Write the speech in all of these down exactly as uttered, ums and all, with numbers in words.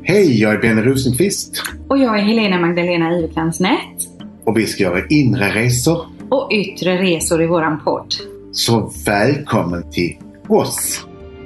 Hej, jag är Benny Rosenqvist. Och jag är Helena Magdalena Iverklansnät. Och vi ska göra inre resor. Och yttre resor i våran podd. Så välkommen till oss.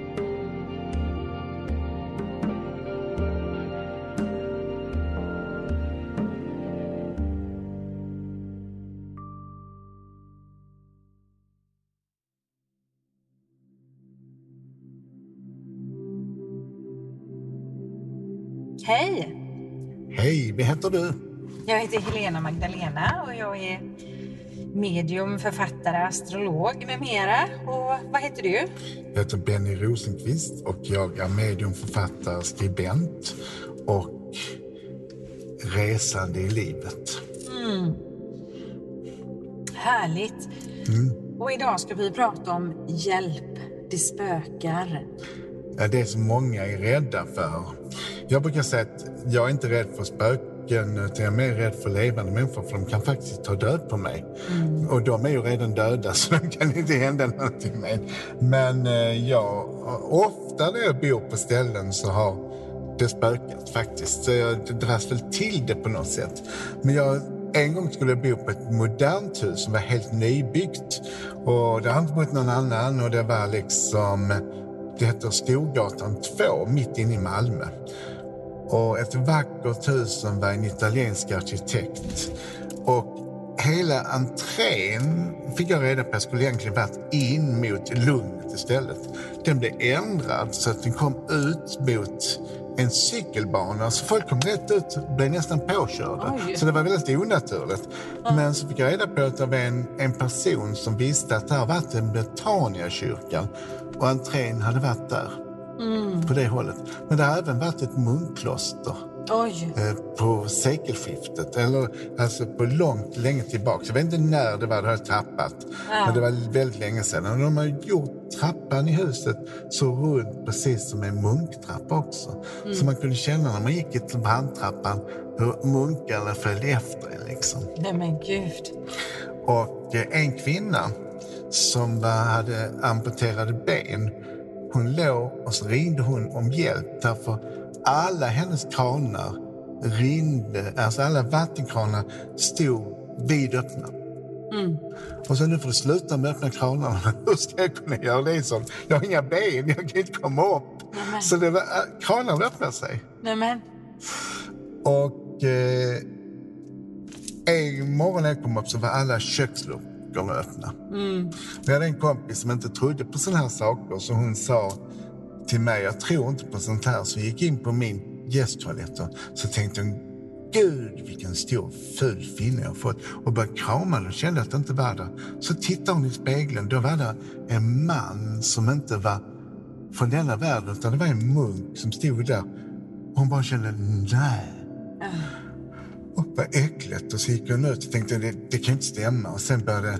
Hej! Hej, vad heter du? Jag heter Helena Magdalena och jag är medium, författare, astrolog med mera. Och vad heter du? Jag heter Benny Rosenqvist och jag är medium, författare, skribent och resande i livet. Mm. Härligt. Mm. Och idag ska vi prata om hjälp, det spökar. Ja, det är så många är rädda för. Jag brukar säga att jag är inte rädd för spöken, utan jag är mer rädd för levande människor, för de kan faktiskt ta död på mig. Mm. Och de är ju redan döda, så de kan inte hända någonting med. Men eh, jag, ofta när jag bor på ställen så har det spökat faktiskt. Så jag dras väl till det på något sätt. Men jag, en gång skulle jag bo på ett modernt hus som var helt nybyggt. Och det har inte bott någon annan, och det var liksom... Det heter Storgatan två, mitt inne i Malmö. Och ett vackert hus som var en italiensk arkitekt. Och hela entrén fick jag reda på att jag skulle egentligen varit in mot Lugnet istället. Den blev ändrad så att den kom ut mot en cykelbana. Så folk kom rätt ut och blev nästan påkörda. Oj. Så det var väldigt onaturligt. Mm. Men så fick jag reda på att det var en, en person som visste att det har varit en Betaniakyrkan. Och entrén hade varit där. Mm. På det hållet. Men det har även varit ett munkkloster. Oj. Eh, på sekelskiftet. Eller alltså på långt, länge tillbaka. Jag vet inte när det var det här trappat. Ja. Men det var väldigt länge sedan. Och de har gjort trappan i huset så runt precis som en munktrappa också. Mm. Så man kunde känna när man gick i brandtrappan hur munkarna följde efter en liksom. Nej men gud. Och eh, en kvinna som var, hade amputerade ben. Hon låg och så ringde hon om hjälp. Därför alla hennes kranar ringde, alltså alla vattenkranar stod vidöppna. Mm. Och så nu får du sluta med att öppna kranarna. Hur ska jag kunna göra det så? Jag har inga ben, jag kan inte komma upp. Nämen. Så det var, kranarna öppnade sig. Nämen. Och eh, en morgon när jag kom upp så var alla köksluckor öppna. Mm. Jag hade en kompis som inte trodde på såna här saker, så hon sa till mig, jag tror inte på sånt här, så jag gick in på min gästtoalett och så tänkte hon, gud vilken stor ful finne jag har fått, och började krama och kände att det inte var där. Så tittade hon i spegeln, då var det en man som inte var från denna världen, utan det var en munk som stod där. Hon bara kände, nej. Mm. Och vad äckligt. Och så gick hon ut och tänkte, det, det kan inte stämma. Och sen började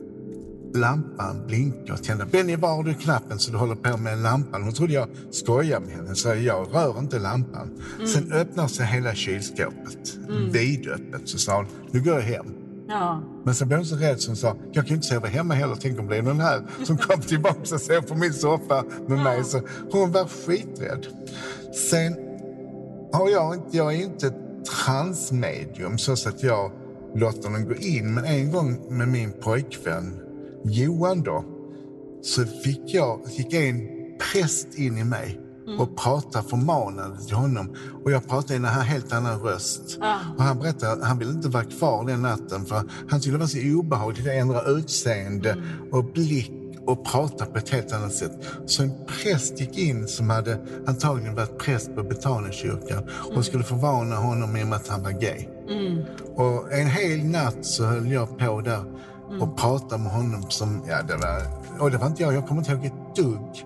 lampan blinka och tända. Benny, var har du knappen så du håller på med lampan? Hon trodde jag skojade med henne, så jag rör inte lampan. Mm. Sen öppnar sig hela kylskåpet. Mm. Vidöppet. Så sa hon, nu går jag hem. Ja. Men så blev hon så rädd som sa, jag kan inte sova hemma heller. Tänk om det är någon här som kom tillbaka och sov på min soffa med ja. mig. Så hon var skiträdd. Sen har jag inte, jag är inte transmedium så att jag låter den gå in. Men en gång med min pojkvän Johan då, så fick jag fick en präst in i mig mm. och pratade förmanande till honom. Och jag pratade i en här helt annan röst. Ah. Och han berättade att han ville inte vara kvar den natten, för han skulle vara så obehagligt att ändra utseende mm. och blick och prata på ett helt annat sätt. Så en präst gick in som hade antagligen varit präst på Betaniakyrkan och mm. skulle förvarna honom med att han var gay. Mm. Och en hel natt så höll jag på där mm. och pratade med honom som, ja det var, och det var inte jag, jag kommer inte ihåg ett dugg.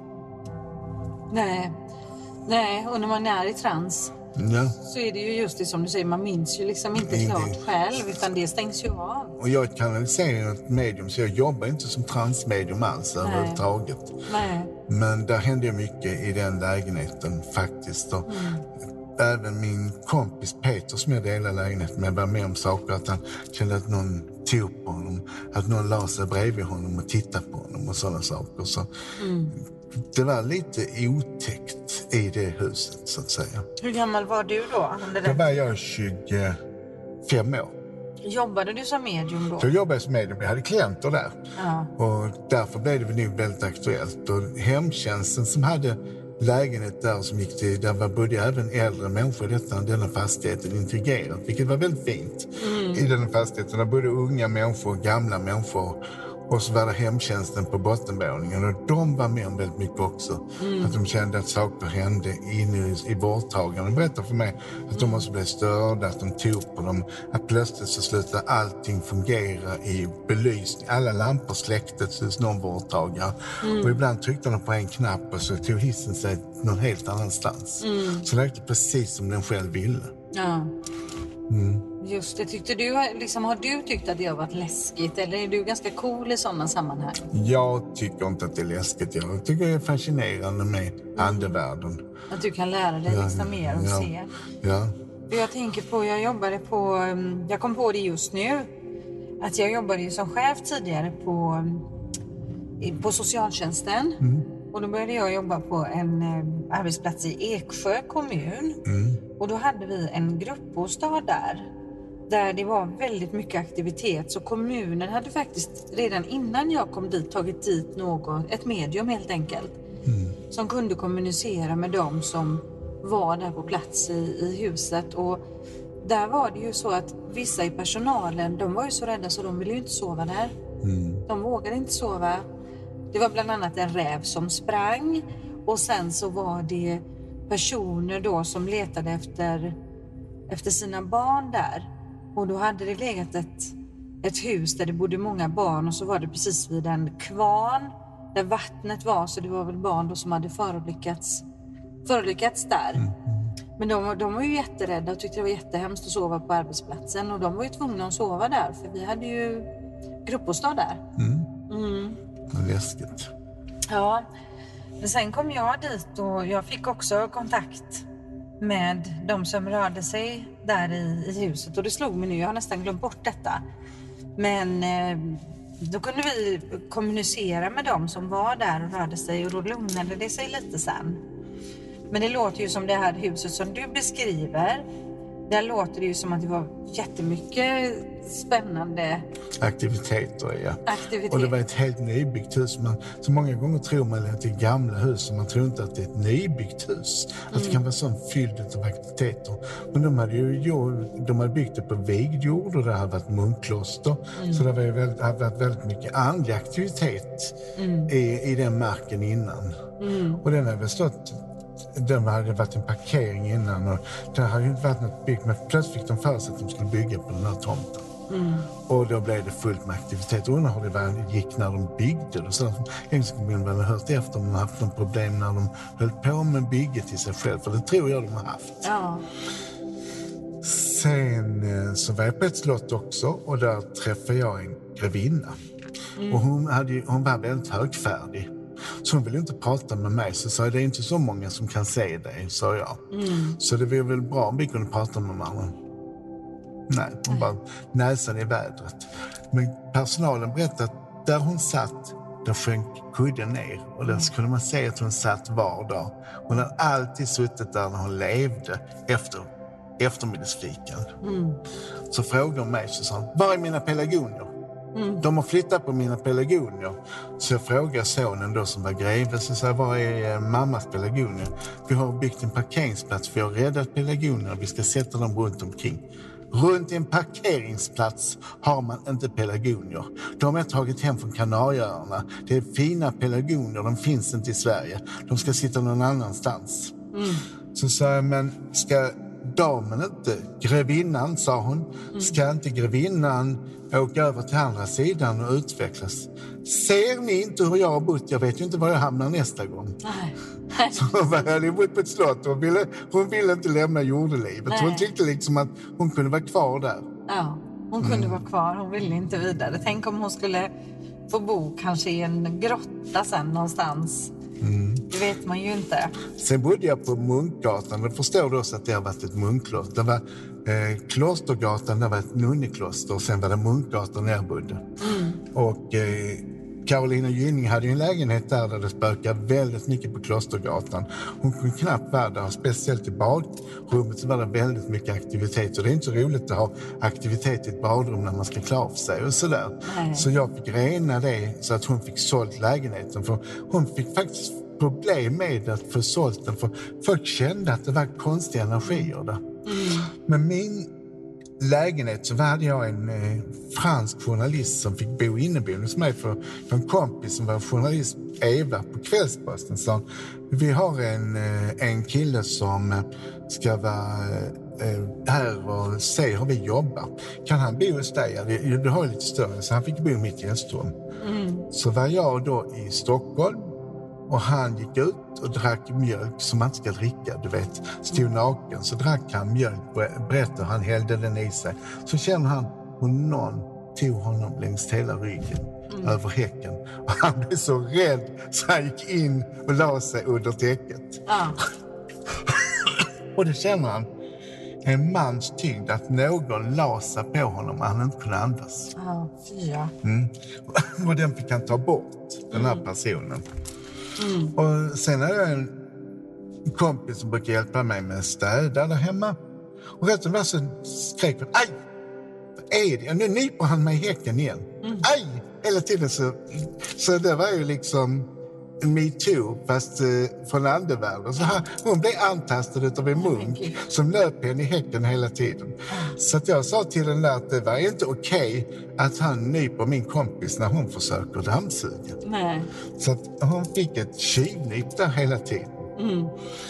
Nej, nej, och när man är i trans ja. så är det ju just det som du säger, man minns ju liksom inte Nej, klart det... själv, utan det stängs ju av. Och jag kanaliserar ett medium, så jag jobbar inte som transmedium alls överhuvudtaget. Nej. Men där hände ju mycket i den lägenheten faktiskt. Och mm. även min kompis Peter som jag delade lägenheten med var med om saker, att han kände att någon tog på honom, att någon la sig bredvid honom och tittade på honom och sådana saker. Så mm. det var lite otäckt i det huset så att säga. Hur gammal var du då? Då var jag tjugofem år. Jobbade du som medium då? Då jobbade jag som medium. Jag hade klienter där. Ja. Och därför blev det nog väldigt aktuellt. Och hemtjänsten som hade lägenhet där som gick till, där var både även äldre människor i detta, denna fastigheten integrerat, vilket var väldigt fint. Mm. I den fastigheten där både unga människor och gamla människor. Och så var det hemtjänsten på bottenvåningen och de var med om väldigt mycket också. Mm. Att de kände att saker hände inne i, i vårdtagarna. De berättade för mig att de också blev störda, att de tog på dem. Att plötsligt så slutade allting fungera i belysning. Alla lampor släcktes hos någon vårdtagare. Mm. Och ibland tryckte de på en knapp och så tog hissen sig någon helt annanstans. Mm. Så det gick precis som den själv ville. Ja. Mm. Just det, tyckte du, liksom, har du tyckt att det har varit läskigt eller är du ganska cool i sådana sammanhang? Jag tycker inte att det är läskigt. Jag tycker det är fascinerande med andevärlden. Att du kan lära dig ja, liksom mer och ja, se. Ja. Jag tänker på, jag jobbade på, jag kom på det just nu, att jag jobbade ju som chef tidigare på, på socialtjänsten. Mm. Och då började jag jobba på en eh, arbetsplats i Eksjö kommun. Mm. Och då hade vi en gruppbostad där. Där det var väldigt mycket aktivitet. Så kommunen hade faktiskt redan innan jag kom dit tagit dit något, ett medium helt enkelt. Mm. Som kunde kommunicera med dem som var där på plats i, i huset. Och där var det ju så att vissa i personalen, de var ju så rädda så de ville ju inte sova där. Mm. De vågade inte sova. Det var bland annat en räv som sprang och sen så var det personer då som letade efter, efter sina barn där. Och då hade det legat ett, ett hus där det bodde många barn och så var det precis vid en kvarn där vattnet var, så det var väl barn då som hade förolyckats, förolyckats där. Mm. Men de, de var ju jätterädda och tyckte det var jättehemskt att sova på arbetsplatsen och de var ju tvungna att sova där för vi hade ju gruppbostad där. Mm. Mm. Läskigt. Ja, men sen kom jag dit och jag fick också kontakt med de som rörde sig där i, i huset. Och det slog mig nu, jag har nästan glömt bort detta. Men eh, då kunde vi kommunicera med dem som var där och rörde sig och då lugnade det sig lite sen. Men det låter ju som det här huset som du beskriver. Där låter det ju som att det var jättemycket spännande aktiviteter, ja. Aktivitet. Och det var ett helt nybyggt hus. Man, så många gånger tror man att det är gamla hus och man tror inte att det är ett nybyggt hus. Mm. Att det kan vara sån fylld av aktiviteter. Men de hade ju de hade byggt det på vigd jord och det hade varit munkkloster. Mm. Så det var ju väldigt, hade varit väldigt mycket andlig aktivitet mm. i, i den marken innan. Mm. Och den hade väl stått. Den hade varit en parkering innan och det hade ju inte varit något byggt, men plötsligt fick de för sig att de skulle bygga på den här tomten. Mm. Och då blev det fullt med aktivitet. Och undrar hur det var, gick när de byggde och så. Engelska kommunen hade hört efter om de haft någon problem när de höll på med bygget i sig själv, för det tror jag de har haft. Ja. Sen så var jag på ett slott också och där träffade jag en grevinna. Mm. Och hon, hade, hon var väldigt högfärdig. Så hon ville inte prata med mig, så sa jag, det är inte så många som kan se dig, sa jag. Mm. Så det var väl bra om vi kunde prata med mamma. Nej, hon bara näsan i vädret. Men personalen berättade att där hon satt, där sjönk kudden ner. Och där kunde man se att hon satt var dag. Hon hade alltid suttit där när hon levde efter eftermiddagsfikan. Mm. Så frågade hon mig, så sa hon, var är mina pelargonier? Mm. De har flyttat på mina pelargonier. Så jag frågade sonen då som var greve, så sa jag, vad är mammas pelargonier? Vi har byggt en parkeringsplats, vi har räddat pelargonier, vi ska sätta dem runt omkring. Runt en parkeringsplats har man inte pelargonier. De har tagit hem från Kanarieöarna. Det är fina pelargonier, de finns inte i Sverige. De ska sitta någon annanstans. Mm. Så sa jag, men ska damen inte, grevinnan, sa hon, mm. ska inte grevinnan åka över till andra sidan och utvecklas? Ser ni inte hur jag har bott? Jag vet ju inte var jag hamnar nästa gång. Nej. Så hon hade bott på ett slott och ville, hon ville inte lämna jordelivet. Nej. Hon tyckte liksom att hon kunde vara kvar där. Ja, hon kunde mm. vara kvar. Hon ville inte vidare. Tänk om hon skulle få bo kanske i en grotta sen någonstans. Mm. Det vet man ju inte. Sen bodde jag på Munkgatan. Jag förstår då så att det har varit ett munkkloster. Det var eh, Klostergatan, det var ett nunnekloster. Och sen var det Munkgatan där jag bodde. Mm. Och eh, Carolina Gynning hade ju en lägenhet där, där det spökade väldigt mycket på Klostergatan. Hon kunde knappt vara där, speciellt i badrummet så var det väldigt mycket aktivitet. Och det är inte så roligt att ha aktivitet i ett badrum när man ska klä av sig och sådär. Nej. Så jag fick rena det så att hon fick sålt lägenheten. För hon fick faktiskt problem med att få sålt den, för folk kände att det var konstiga energier där. Mm. Men min lägenhet så hade jag en eh, fransk journalist som fick bo inneboende hos mig, för, för en kompis som var journalist, Eva, på Kvällsposten. Så vi har en, eh, en kille som eh, ska vara eh, här och se hur vi jobbar. Kan han bo hos dig? Du, du har lite större, så han fick bo i mitt gästrum. Mm. Så var jag då i Stockholm. Och han gick ut och drack mjölk som man ska dricka, du vet. Stod naken, så drack han mjölk, berättade, han hällde den i sig. Så kände han hur någon tog honom längs hela ryggen, mm. över häcken. Och han blev så rädd så han gick in och la sig under täcket. Ah. Och det känner han, en mans tyngd, att någon la sig på honom och han inte kunde andas. Ah, ja. Mm. Och den fick han ta bort, den här personen. Mm. Och sen har jag en kompis som brukar hjälpa mig med städa där hemma. Och rätt som var så skrek han, aj! Vad är det? Nu nyper han mig i häcken igen. Mm. Aj! Hela tiden så... Så det var ju liksom Me Too, fast eh, från andevärlden. Så här, hon blev antastad av en munk som löp henne i häcken hela tiden. Mm. Så att jag sa till den där att det var inte okej okay att han nyper min kompis när hon försöker dammsuga. Nej. Så att hon fick ett tjuvnyp där hela tiden. Mm.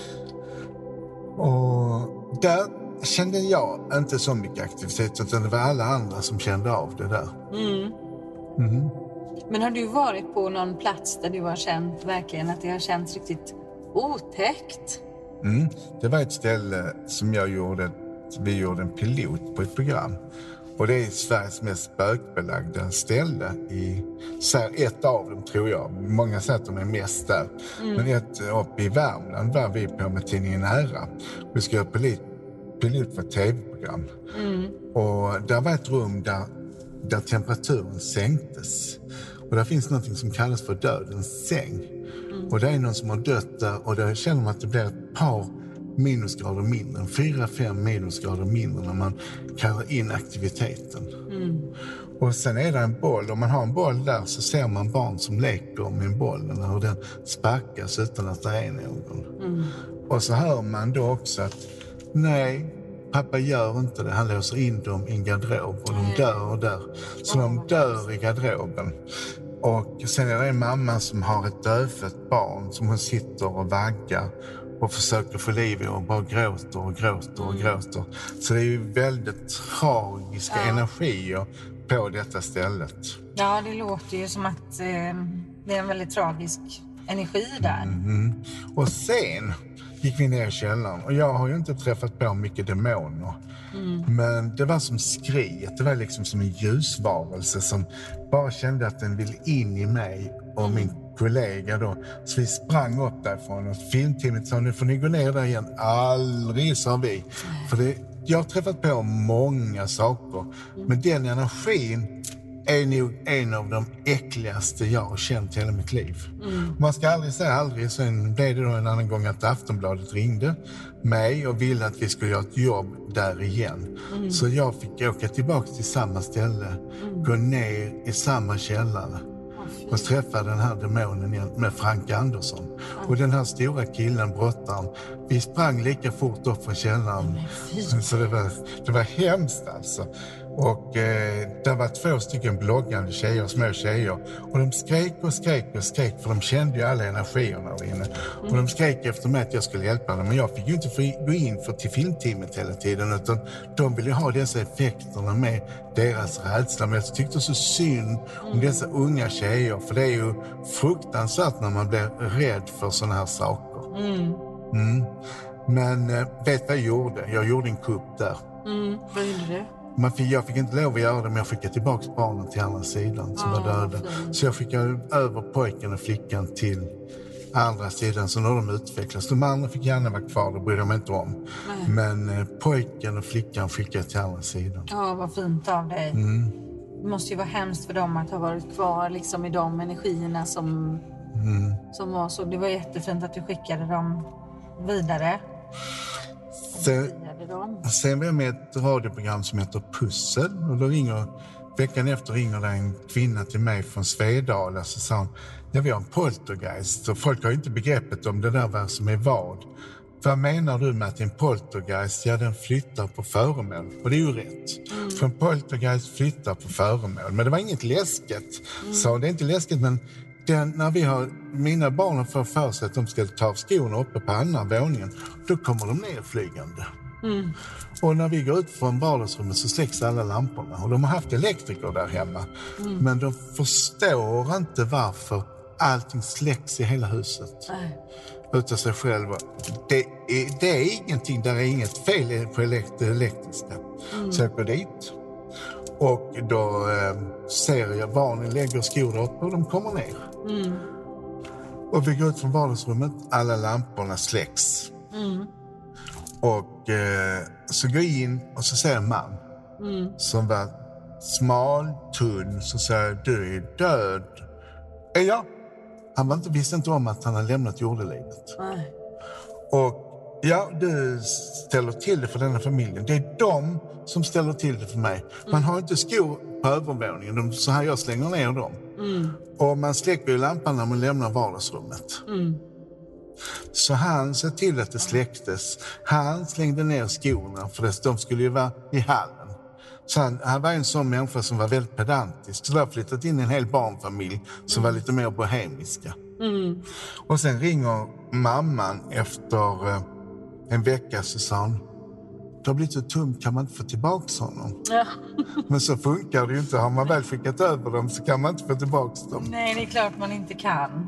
Och där kände jag inte så mycket aktivitet, utan det var alla andra som kände av det där. Mm. Mm. Men har du varit på någon plats där du har känt verkligen att det har känts riktigt otäckt? Mm. Det var ett ställe som jag gjorde, vi gjorde en pilot på ett program. Och det är Sveriges mest spökbelagda ställe. I, ett av dem tror jag. Många säger att de är mest där. Mm. Men ett uppe i Värmland var vi på med tidningen Nära. Vi ska göra pilot, pilot för ett tv-program. Mm. Och där var ett rum där, där temperaturen sänktes. Och där finns något som kallas för dödens säng. Mm. Och det är någon som har dött där, och där känner man att det blir ett par minusgrader mindre, fyra, fem minusgrader mindre när man kallar in aktiviteten. Mm. Och sen är det en boll. Om man har en boll där så ser man barn som leker med en boll och hur den sparkas utan att det är någon. Mm. Och så hör man då också att nej, pappa gör inte det. Han låser in dem i en garderob och de dör där. Så de dör i garderoben. Och sen är det en mamma som har ett dödfött barn som hon sitter och vaggar och försöker få liv i och bara gråter och gråter och gråter. Så det är ju väldigt tragiska ja. energier på detta stället. Ja, det låter ju som att eh, det är en väldigt tragisk energi där. Mm-hmm. Och sen gick vi ner i källaren, och jag har ju inte träffat på mycket demoner. Mm. Men det var som skriet, det var liksom som en ljusvarelse som bara kände att den ville in i mig och min kollega då. Så vi sprang upp därifrån och filmteamet sa, nu får ni gå ner där igen. Aldrig, sa vi. För det, jag har träffat på många saker, men den energin är nog en av de äckligaste jag har känt hela mitt liv. Mm. Man ska aldrig säga aldrig. Sen blev det då en annan gång att Aftonbladet ringde mig och ville att vi skulle göra ett jobb där igen. Mm. Så jag fick åka tillbaka till samma ställe, mm. gå ner i samma källare och träffa den här demonen igen med Frank Andersson. Mm. Och den här stora killen, brottaren, vi sprang lika fort upp från källaren. Mm. Så det var, det var hemskt alltså. Och eh, det var två stycken bloggande tjejer, små tjejer. Och de skrek och skrek och skrek, för de kände ju alla energierna där inne. Mm. Och de skrek efter mig att jag skulle hjälpa dem. Men jag fick ju inte få gå in för till filmteamet hela tiden. Utan de ville ha dessa effekterna med deras rädsla. Men jag tyckte så synd om dessa unga tjejer. För det är ju fruktansvärt när man blir rädd för såna här saker. Mm. Mm. Men eh, vet vad jag gjorde? Jag gjorde en kupp där. Mm. Vad gjorde du? Man fick, jag fick inte lov att göra det, men jag fick tillbaka barnen till andra sidan som ah, var döda. Fin. Så jag fick över pojken och flickan till andra sidan, så när de utvecklades. De andra fick gärna vara kvar, det brydde de inte om. Nej. Men eh, pojken och flickan fick jag till andra sidan. Ja, vad fint av dig. Mm. det måste ju vara hemskt för dem att ha varit kvar liksom i de energierna som, mm. som var så. Det var jättefint att du skickade dem vidare. Sen, sen var jag med ett radioprogram som heter Pussel. Och då ringer, veckan efter ringer det en kvinna till mig från Svedala. Så sa hon, ja, vi har en poltergeist. Och folk har inte begreppet om det där vad som är vad. Vad menar du med att en poltergeist, ja, den flyttar på föremål? Och det är ju rätt. Mm. För en poltergeist flyttar på föremål. Men det var inget läskigt. Mm. Så det är inte läskigt, men den, när vi har, mina barn får för sig att de ska ta av skorna uppe på andra våningen, då kommer de ner flygande. Mm. Och när vi går ut från vardagsrummet så släcks alla lamporna. Och de har haft elektriker där hemma. Mm. Men de förstår inte varför allting släcks i hela huset. Nej. Utav sig själva. Det är, det är ingenting, där är inget fel på elekt- elektriska. Mm. Så jag går dit. Och då eh, ser jag barnen lägger skor upp och de kommer ner. Mm. Och vi går ut från vardagsrummet, alla lamporna släcks. Mm. Och eh, så går jag in och så ser en man mm. som var smal, tunn, så säger du är död. Är jag? Han var inte, visste inte om att han hade lämnat jordelivet. Nej. Och ja, du ställer till det för denna familjen. Det är de som ställer till det för mig. Man mm. har inte skor på övervåningen, de, så här jag slänger ner dem. Mm. Och man släcker ju lampan när man lämnar vardagsrummet. Mm. Så han ser till att det släcktes. Han slängde ner skorna, för det, de skulle ju vara i hallen. Så han, han var en sån människa som var väldigt pedantisk. Så där flyttat in en hel barnfamilj som mm. var lite mer bohemiska. Mm. Och sen ringer mamman efter eh, en vecka, så sa hon, det har blivit så tomt, kan man inte få tillbaka honom? Ja. Men så funkar det ju inte. Har man väl skickat över dem så kan man inte få tillbaka dem. Nej, det är klart man inte kan.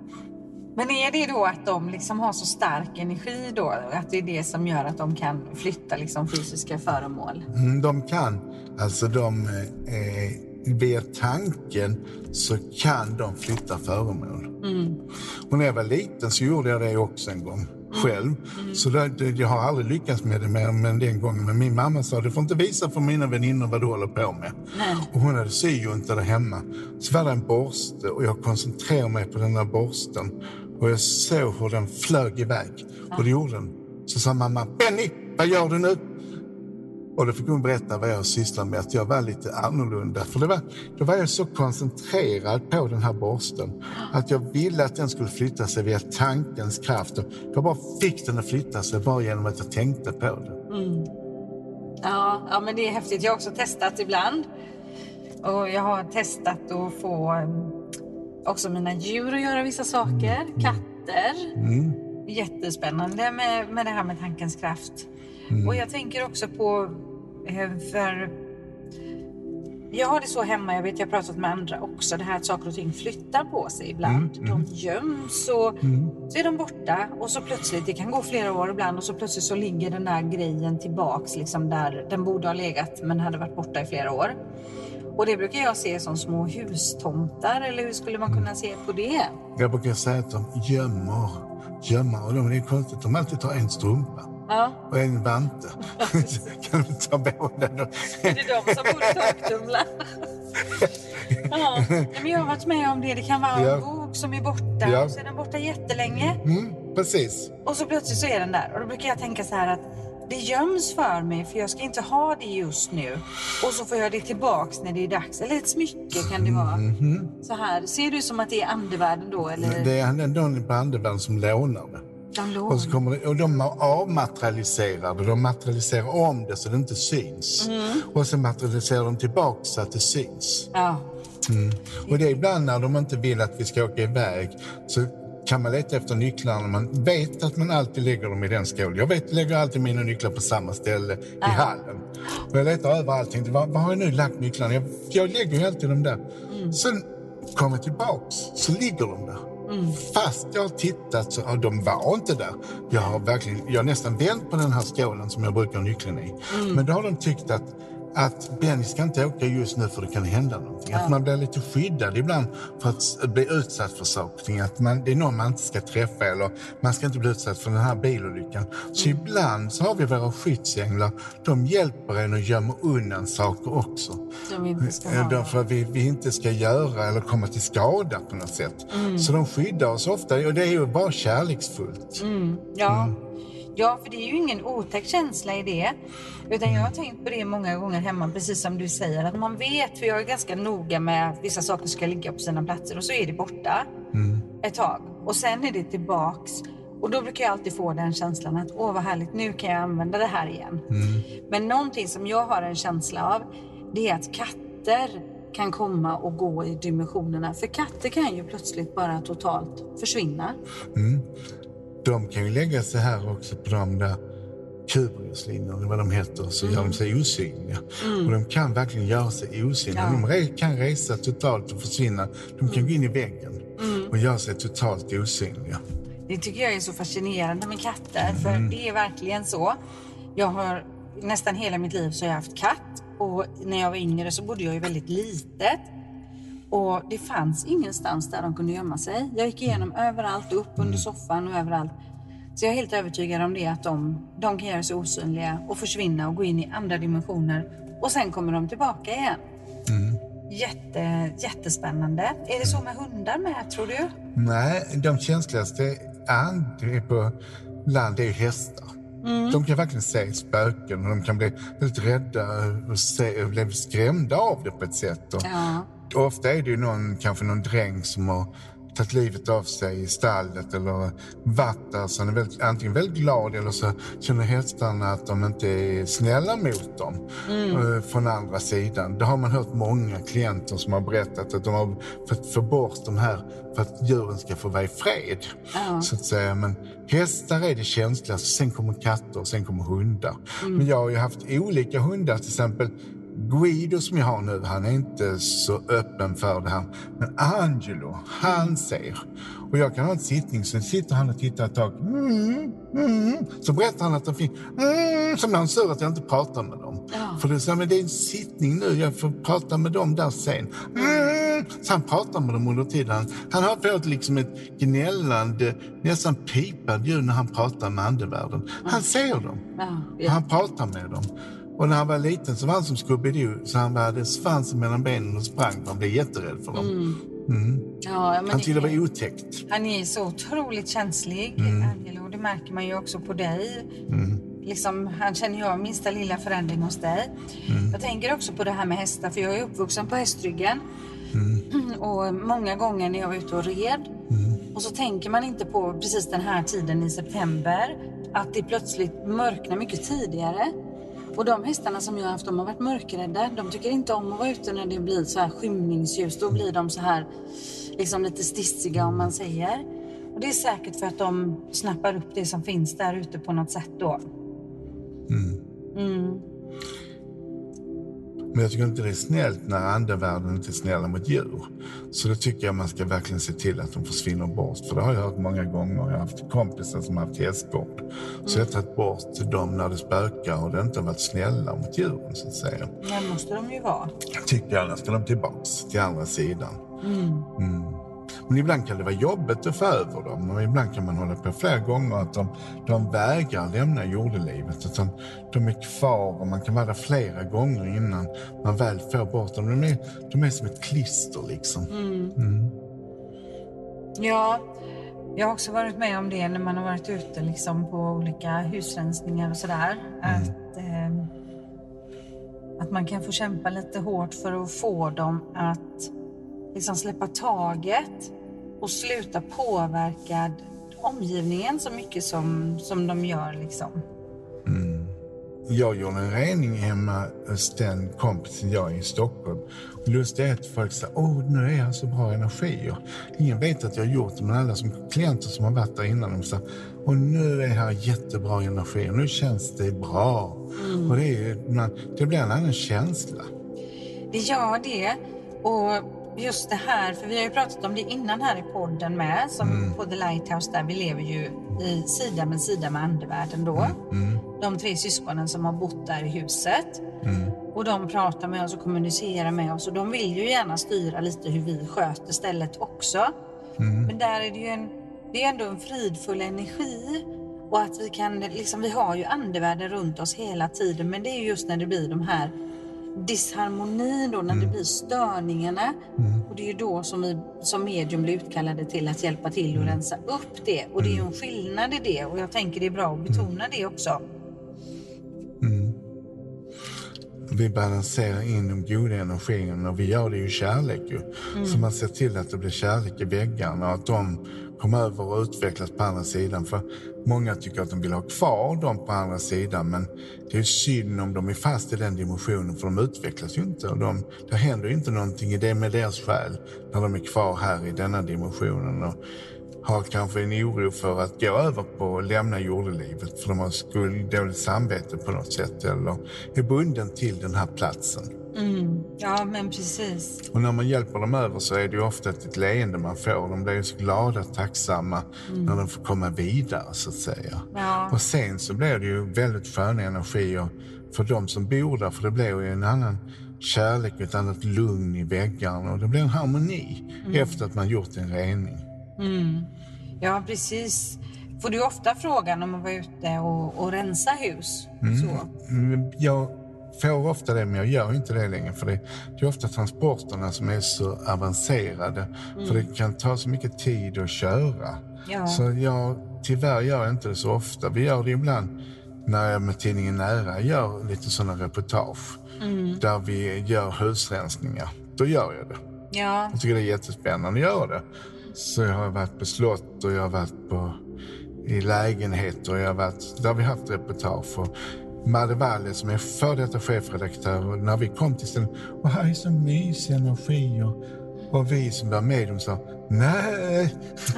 Men är det då att de liksom har så stark energi då? Att det är det som gör att de kan flytta liksom fysiska föremål? Mm, de kan. Alltså de, eh, via tanken så kan de flytta föremål. Mm. Och när jag var liten så gjorde jag det också en gång. Själv. Mm. Så det, det, jag har aldrig lyckats med det mer än den gången. Men min mamma sa, du får inte visa för mina väninnor vad du håller på med. Nej. Och hon hade syjunta där hemma. Så var det en borste och jag koncentrerade mig på den här borsten. Och jag såg hur den flög iväg. Ja. Och det gjorde den. Så sa mamma, Benny, vad gör du nu? Och då fick hon berätta vad jag sysslar med. Att jag var lite annorlunda. För det var, då var jag så koncentrerad på den här borsten. Att jag ville att den skulle flytta sig via tankens kraft. Och jag bara fick den att flytta sig bara genom att jag tänkte på det. Mm. Ja, ja, men det är häftigt. Jag har också testat ibland. Och jag har testat att få um, också mina djur att göra vissa saker. Mm. Katter. Mm. Jättespännande med, med det här med tankens kraft. Mm. Och jag tänker också på, för jag har det så hemma, jag vet jag har pratat med andra också, det här att saker och ting flyttar på sig ibland. Mm. De göms och mm. så är de borta och så plötsligt, det kan gå flera år ibland och så plötsligt så ligger den där grejen tillbaks liksom där den borde ha legat men hade varit borta i flera år. Och det brukar jag se som små hustomtar, eller hur skulle man kunna se på det? Jag brukar säga att de gömmer, gömmer och de, det är konstigt, de alltid tar en strumpa. Ja. Och en vante. Kan du ta båda då? Är det de som borde torktumla? Ja, men jag har varit med om det. Det kan vara en ja. bok som är borta. Ja. Och så är den borta jättelänge. Mm, precis. Och så plötsligt så är den där. Och då brukar jag tänka så här att det göms för mig, för jag ska inte ha det just nu. Och så får jag det tillbaks när det är dags. Eller ett smycke kan det vara. Mm-hmm. Så här, ser du som att det är andevärlden då? Eller? Det är den på andevärlden som lånar det. De och, så kommer det, och de avmaterialiserar det. De materialiserar om det så det inte syns. Mm. Och så materialiserar de tillbaka så att det syns. Ja. Mm. Och det är ibland när de inte vill att vi ska åka iväg så kan man leta efter nycklarna. Man vet att man alltid lägger dem i den skålen. Jag vet, lägger alltid mina nycklar på samma ställe ja. i hallen. Och jag letar över allting. Var, var har jag nu lagt nycklarna? Jag, jag lägger ju alltid dem där. Mm. Sen kommer jag tillbaks så ligger de där. Mm. Fast jag har tittat så ja, de var inte där. Jag har verkligen, jag har nästan vänt på den här skålen som jag brukar nyckeln i. Mm. Men då har de tyckt att, att Benny ska inte åka just nu för det kan hända någonting. Ja. Att man blir lite skyddad ibland för att bli utsatt för saker. Att man, det är någon man inte ska träffa eller man ska inte bli utsatt för den här bilolyckan. Mm. Så ibland så har vi våra skyddsänglar. De hjälper en att gömma undan saker också. Som inte ska ha. Därför att vi, vi inte ska göra eller komma till skada på något sätt. Mm. Så de skyddar oss ofta och det är ju bara kärleksfullt. Mm. Ja. Mm. Ja, för det är ju ingen otäck känsla i det. Utan jag har tänkt på det många gånger hemma, precis som du säger. Att man vet, för jag är ganska noga med att vissa saker ska ligga på sina platser. Och så är det borta mm. ett tag. Och sen är det tillbaks. Och då brukar jag alltid få den känslan att åh vad härligt, nu kan jag använda det här igen. Mm. Men någonting som jag har en känsla av, det är att katter kan komma och gå i dimensionerna. För katter kan ju plötsligt bara totalt försvinna. Mm. De kan ju lägga sig här också på de där kubruslinjerna, vad de heter, så mm. gör de sig osynliga. Mm. Och de kan verkligen göra sig osynliga. Ja. De kan resa totalt och försvinna. De kan mm. gå in i väggen mm. och göra sig totalt osynliga. Det tycker jag är så fascinerande med katter, för mm. det är verkligen så. Jag har nästan hela mitt liv så har jag haft katt, och när jag var yngre så bodde jag ju väldigt litet. Och det fanns ingenstans där de kunde gömma sig. Jag gick igenom överallt, upp under soffan och överallt. Så jag är helt övertygad om det, att de, de kan göra sig osynliga och försvinna och gå in i andra dimensioner. Och sen kommer de tillbaka igen. Mm. Jätte, jättespännande. Är det så med hundar med, tror du? Nej, de känsligaste på land är ju hästar. Mm. De kan verkligen se spöken och de kan bli väldigt rädda och, se, och bli skrämda av det på ett sätt. Och ja. Ofta är det ju någon, kanske någon dräng som har tagit livet av sig i stallet eller varit där, så han är väldigt, antingen väldigt glad eller så känner hästarna att de inte är snälla mot dem mm. från andra sidan. Det har man hört många klienter som har berättat att de har fått få bort de här för att djuren ska få vara i fred. Ja. Så att säga. Men hästar är det känsligaste, sen kommer katter och sen kommer hundar. Mm. Men jag har ju haft olika hundar, till exempel Guido som jag har nu, han är inte så öppen för det här. Men Angelo, han ser. Och jag kan ha en sittning, så sitter han och tittar ett tag. Mm, mm. Så berättar han att det finns mm, som han säger att jag inte pratar med dem. Ja. För det är, så, men det är en sittning nu, jag får prata med dem där sen. Mm. Så han pratar med dem under tiden. Han har fått liksom ett gnällande, nästan pipad ljud när han pratar med andevärlden. Han ser dem. Ja, ja. Han pratar med dem. Och när han var liten så var han som Scooby-Doo, så han hade svansen mellan benen och sprang. Han blev jätterädd för dem. Mm. Mm. Ja, men han tyckte det var otäckt. Han är så otroligt känslig, mm. Angelo. Det märker man ju också på dig. Mm. Liksom, han känner ju av minsta lilla förändring hos dig. Mm. Jag tänker också på det här med hästar, för jag är uppvuxen på hästryggen. Mm. Och många gånger när jag var ute och red. Mm. Och så tänker man inte på precis den här tiden i september, att det plötsligt mörknar mycket tidigare. Och de hästarna som jag har haft, de har varit mörkrädda. De tycker inte om att vara ute när det blir så här skymningsljus. Då blir de så här liksom lite stissiga, om man säger. Och det är säkert för att de snappar upp det som finns där ute på något sätt då. Mm. Mm. Men jag tycker inte det är snällt när andevärlden inte är snälla mot djur. Så då tycker jag man ska verkligen se till att de försvinner bort. För det har jag hört många gånger. Jag har haft kompisar som har haft hästgård. Mm. Så jag har tagit bort dem när det spökar och det inte har varit snälla mot djuren, så att säga. Men måste de ju vara. Jag tycker annars ska de tillbaks till andra sidan. Mm. Mm. Men ibland kan det vara jobbigt att få över dem. Och ibland kan man hålla på flera gånger att de, de vägrar lämna jordelivet. Att de, de är kvar och man kan vara där flera gånger innan man väl får bort dem. De är, de är som ett klister liksom. Mm. Mm. Ja, jag har också varit med om det när man har varit ute liksom på olika husrensningar och sådär. Mm. Att, eh, att man kan få kämpa lite hårt för att få dem att liksom släppa taget och sluta påverka omgivningen så mycket som, som de gör liksom. Mm. Jag gjorde en rening hemma hos den kompisen jag är i Stockholm. Och just det är att folk säger, åh nu är jag så bra energi. Och ingen vet att jag har gjort det, men alla som klienter som har varit där innan, de säger, och nu är jag jättebra energi och nu känns det bra. Mm. Och det, är, man, det blir en annan känsla. Det gör det. Och just det här, för vi har ju pratat om det innan här i podden med, som mm. på The Lighthouse, där vi lever ju i sida med sida med andevärlden då. Mm. Mm. De tre syskonen som har bott där i huset. Mm. Och de pratar med oss och kommunicerar med oss. Och de vill ju gärna styra lite hur vi sköter stället också. Mm. Men där är det ju en, det är ändå en fridfull energi. Och att vi kan, liksom, vi har ju andevärlden runt oss hela tiden. Men det är just när det blir de här disharmonin då, när mm. det blir störningarna. Mm. Och det är ju då som vi som medium blir utkallade till att hjälpa till och mm. rensa upp det. Och det är ju en skillnad i det. Och jag tänker det är bra att betona mm. det också. Mm. Vi balanserar in de goda energierna och vi gör det ju kärlek ju. Mm. Så man ser till att det blir kärlek i väggarna och att de kommer över och utvecklas på andra sidan. För många tycker att de vill ha kvar dem på andra sidan, men det är synd om de är fast i den dimensionen, för de utvecklas ju inte. Och de, det händer ju inte någonting i det med deras själ när de är kvar här i denna dimensionen och har kanske en oro för att gå över på och lämna jordelivet för de har skuld, dåligt samvete på något sätt eller är bunden till den här platsen. Mm. Ja, men precis. Och när man hjälper dem över så är det ju ofta ett leende man får. De blir ju så glada, tacksamma mm. när de får komma vidare så att säga. Ja. Och sen så blir det ju väldigt sköna energier för de som bor där, för det blir ju en annan kärlek, ett annat lugn i väggarna och det blir en harmoni mm. efter att man gjort en rening. Mm. Ja, precis. Får du ofta frågan om man var ute och, och rensa hus? Mm. Så. Jag får ofta det, men jag gör inte det längre. För det, det är ofta transporterna som är så avancerade. Mm. För det kan ta så mycket tid att köra. Ja. Så jag, tyvärr gör jag inte det så ofta. Vi gör det ibland när jag med tidningen Nära gör lite sådana reportage. Mm. Där vi gör husrensningar. Då gör jag det. Ja. Jag tycker det är jättespännande att göra det. Så jag har varit på slott och jag har varit på, i lägenheter och jag har varit, där har vi haft reportage. Och Madde Walle som är för detta chefredaktör, och när vi kom till stället, och här är så mysig energi och, och vi som var med dem sa nej.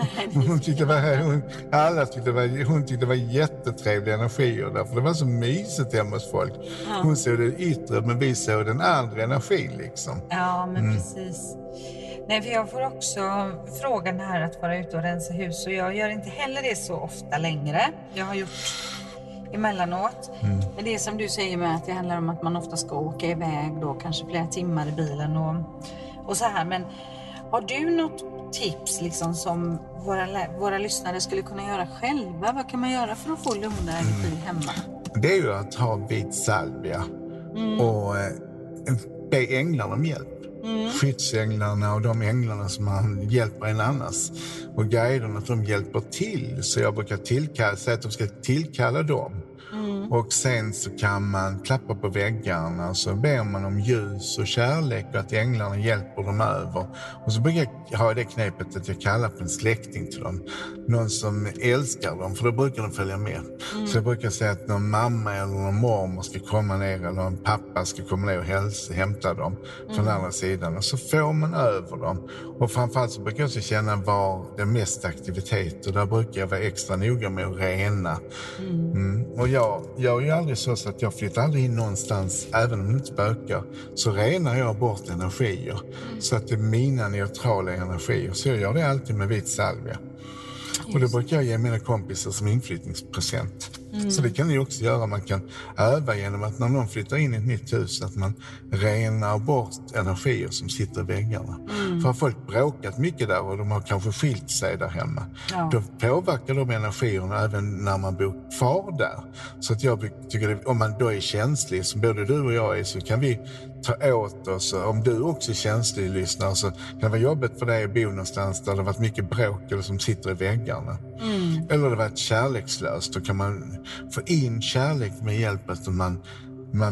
Hon tyckte det var, hon, alla tyckte det var, hon tyckte det var jättetrevliga energier där, för det var så mysigt hemma hos folk. Ja. Hon såg det yttre men vi såg den andra energin liksom. Ja, men mm. precis. Nej, för jag får också frågan här att vara ute och rensa hus och jag gör inte heller det så ofta längre. Jag har gjort emellanåt. Mm. Men det är som du säger med att det handlar om att man ofta ska åka iväg då, kanske flera timmar i bilen och, och så här. Men har du något tips liksom som våra, våra lyssnare skulle kunna göra själva? Vad kan man göra för att få lugnare energi hemma? Det är ju att ha vit salvia mm. och eh, be änglarna om hjälp. Mm. Skyddsänglarna och de änglarna som man hjälper en annars och guiderna, att de hjälper till. Så jag brukar tillkalla, säga att de ska tillkalla dem. Mm. Och sen så kan man klappa på väggarna och så ber man om ljus och kärlek och att änglarna hjälper dem över. Och så brukar jag ha det knepet att jag kallar på en släkting till dem. Någon som älskar dem, för då brukar de följa med. Mm. Så jag brukar säga att någon mamma eller någon mormor ska komma ner eller någon pappa ska komma ner och hälsa, hämta dem från mm. andra sidan. Och så får man över dem. Och framförallt så brukar jag också känna var det mest aktivitet. Och där brukar jag vara extra noga med att rena. Mm. Mm. Och jag Jag är ju aldrig så, så att jag flyttar aldrig in någonstans, även om det inte spökar, så renar jag bort energier. Mm. Så att det är mina neutrala energier. Så jag gör det alltid med vit salvia. Just. Och det brukar jag ge mina kompisar som inflyttningspresent. Mm. Så det kan ni också göra. Man kan öva genom att när någon flyttar in i ett nytt hus att man renar bort energier som sitter i väggarna. Mm. För har folk bråkat mycket där och de har kanske skilt sig där hemma. Ja. Då påverkar de energierna även när man bor kvar där. Så att jag tycker att om man då är känslig, som både du och jag är, så kan vi ta åt oss. Om du också är känslig lyssnare så kan det vara jobbigt för dig att bo någonstans där det har varit mycket bråk eller som sitter i väggarna. Mm. Eller det har varit kärlekslöst. Då kan man få in kärlek med hjälp att man, man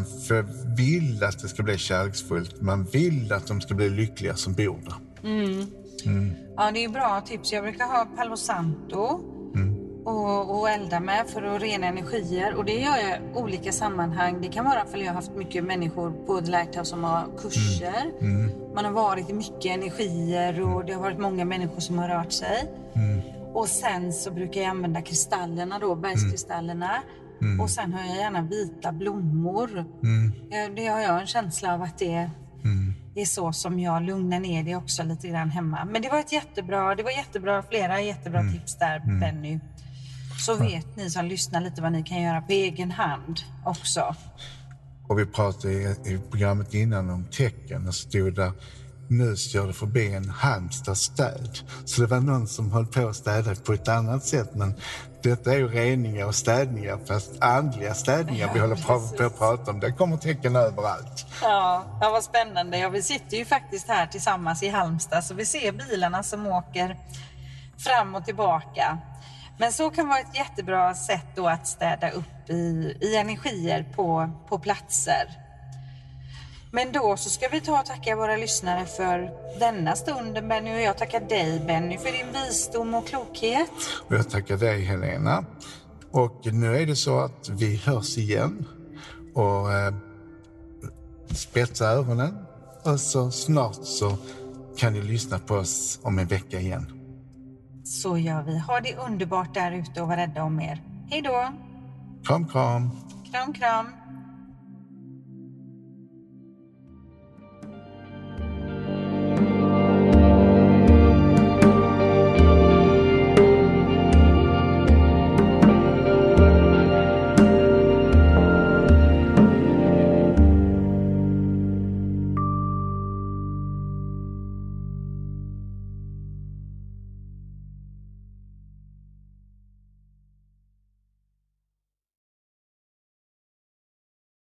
vill att det ska bli kärleksfullt. Man vill att de ska bli lyckliga som bor där. Mm. Mm. Ja, det är bra tips. Jag brukar ha Palo Santo mm. och, och elda med för att rena energier. Och det gör jag i olika sammanhang. Det kan vara för att jag har haft mycket människor på The Lighthouse som har kurser. Mm. Mm. Man har varit i mycket energier och det har varit många människor som har rört sig. Mm. Och sen så brukar jag använda kristallerna då, bergskristallerna. Mm. Och sen har jag gärna vita blommor. Mm. Ja, det har jag en känsla av att det mm. är så som jag lugnar ner det också lite grann hemma. Men det var ett jättebra, det var jättebra, flera jättebra mm. tips där, mm. Benny. Så vet ni som lyssnar lite vad ni kan göra på egen hand också. Och vi pratade i, i programmet innan om tecken och stod där, nu kör det förbi en Halmstad städ. Så det var någon som höll på att städa på ett annat sätt, men detta är ju reningar och städningar, fast andliga städningar. Ja, vi håller på, på att prata om. Det kommer tecken överallt. Ja, ja, vad spännande. Ja, vi sitter ju faktiskt här tillsammans i Halmstad, så vi ser bilarna som åker fram och tillbaka. Men så kan vara ett jättebra sätt då att städa upp i, i energier på, på platser. Men då så ska vi ta och tacka våra lyssnare för denna stunden, Benny. Och jag tackar dig, Benny, för din visdom och klokhet. Och jag tackar dig, Helena. Och nu är det så att vi hörs igen. Och eh, spetsa öronen. Och så snart så kan ni lyssna på oss om en vecka igen. Så gör vi. Ha det underbart där ute och var rädda om er. Hej då! Kram, kram! Kram, kram!